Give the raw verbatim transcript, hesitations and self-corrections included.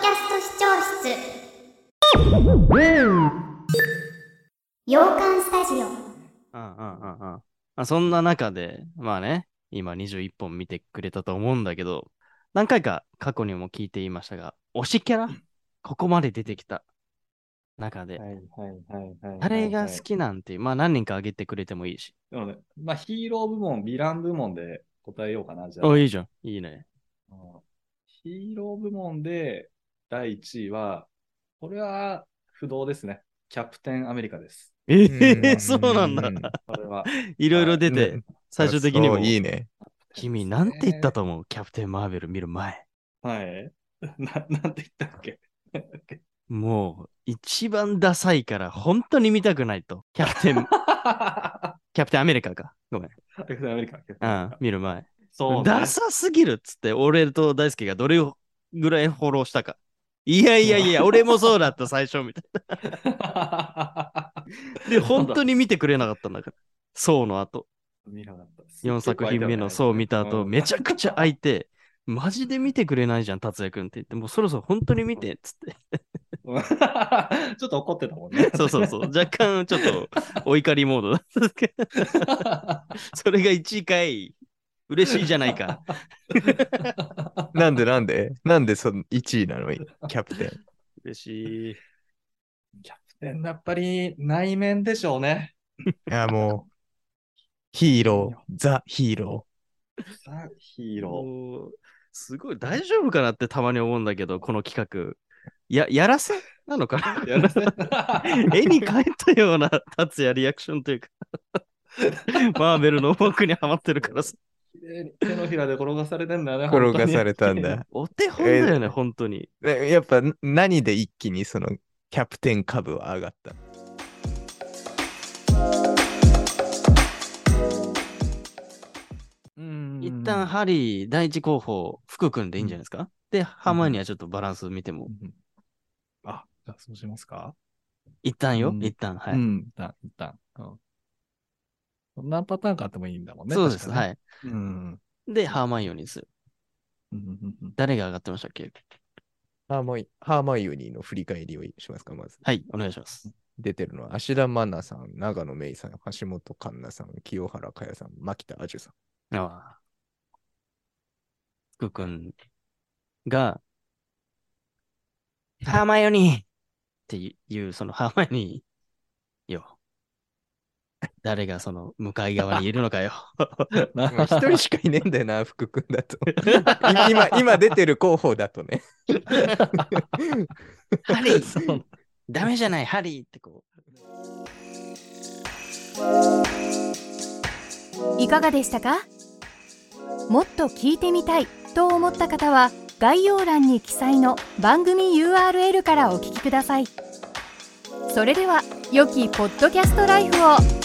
キャスト視聴室洋館スタジオ。 うんうんうんうん。あ、そんな中で、まあね、今にじゅういっぽん見てくれたと思うんだけど、何回か過去にも聞いていましたが、推しキャラここまで出てきた中で、 はいはいはいはい。 誰が好きなんていう、まあ何人か挙げてくれてもいいし。 なので、まあヒーロー部門、ヴィラン部門で答えようかな、じゃあ。 お、いいじゃん。いいね。 うんヒーロー部門でだいいちいは、これは不動ですね。キャプテンアメリカです。 ええうんそうなんだ。 これは。 いろいろ出うてん、 最終的にもそう、いいね。 君なんて言ったと思うキャプテンマーベル見る前。 はい。な、なんて言ったっけもう、一番ダサいから本当に見たくないと。キャプテン、キャプテンアメリカか。ごめん。 キャプテンアメリカ。キャプテうンアメリカ、 ん見る前。 そうね。 ダサすぎるっつって、俺と大輔がどれをぐらいフォローしたか。いやいやいや、俺もそうだった、最初みたいな。で、本当に見てくれなかったんだから。そうの後。 見なかったですよんさく品目のそう見た後、めちゃくちゃ空いて、マジで見てくれないじゃん、達也くんって言って、もうそろそろ本当に見てっつって。 ちょっと怒ってたもんね。 そうそうそう。若干ちょっとお怒りモードだったんですけど。それがいちいかい。嬉しいじゃないか。 なんでなんでなんでそのいちいなのキャプテン。 嬉しい。 キャプテンやっぱり内面でしょうね。 いや、もう、ヒーロー、ザ・ヒーロザ・ヒーロもうすごい大丈夫かなってたまに思うんだけど、この企画。や、やらせなのかなー。やらせ絵に描いたような達也リアクションというか、マーベルの僕にハマってるからさ。 綺麗に手のひらで転がされてんだよね。 ー。転がされたんだ。 お手本だよね、 えー本当に。 ねやっぱ何で一気にそのキャプテン株は上がった一旦ハリー第一候補、福君でいいんじゃないですか、で、ハーマイオニーはちょっとバランス見ても。 うんあ、じゃあそうしますか。 一旦よ、 うん一旦、はい。 うん、一旦、一旦。うん何パターンかあってもいいんだもんね。 そうです、 確かねはい。 うん。 で、ハーマイオニーですよ。 うんうんうん誰が上がってましたっけ？ ハーマイハーマイオニーの振り返りをしますか、まず。 はい、お願いします。 出てるのは、芦田愛菜さん、長野芽郁さん、橋本環奈さん、清原果耶さん、牧田あじゅさん。 ああ。福君が、ハーマイオニーっていう、そのハーマイオニーよ。誰がその向かい側にいるのかよ。 まあ一人しかいねえんだよな、福君だと。今、今出てる候補だとね。 ハリーダメじゃない、ハリーってこいかがでしたか？もっと聞いてみたいと思った方は概要欄に記載の番組 ユーアールエル からお聞きください。それでは良きポッドキャストライフを。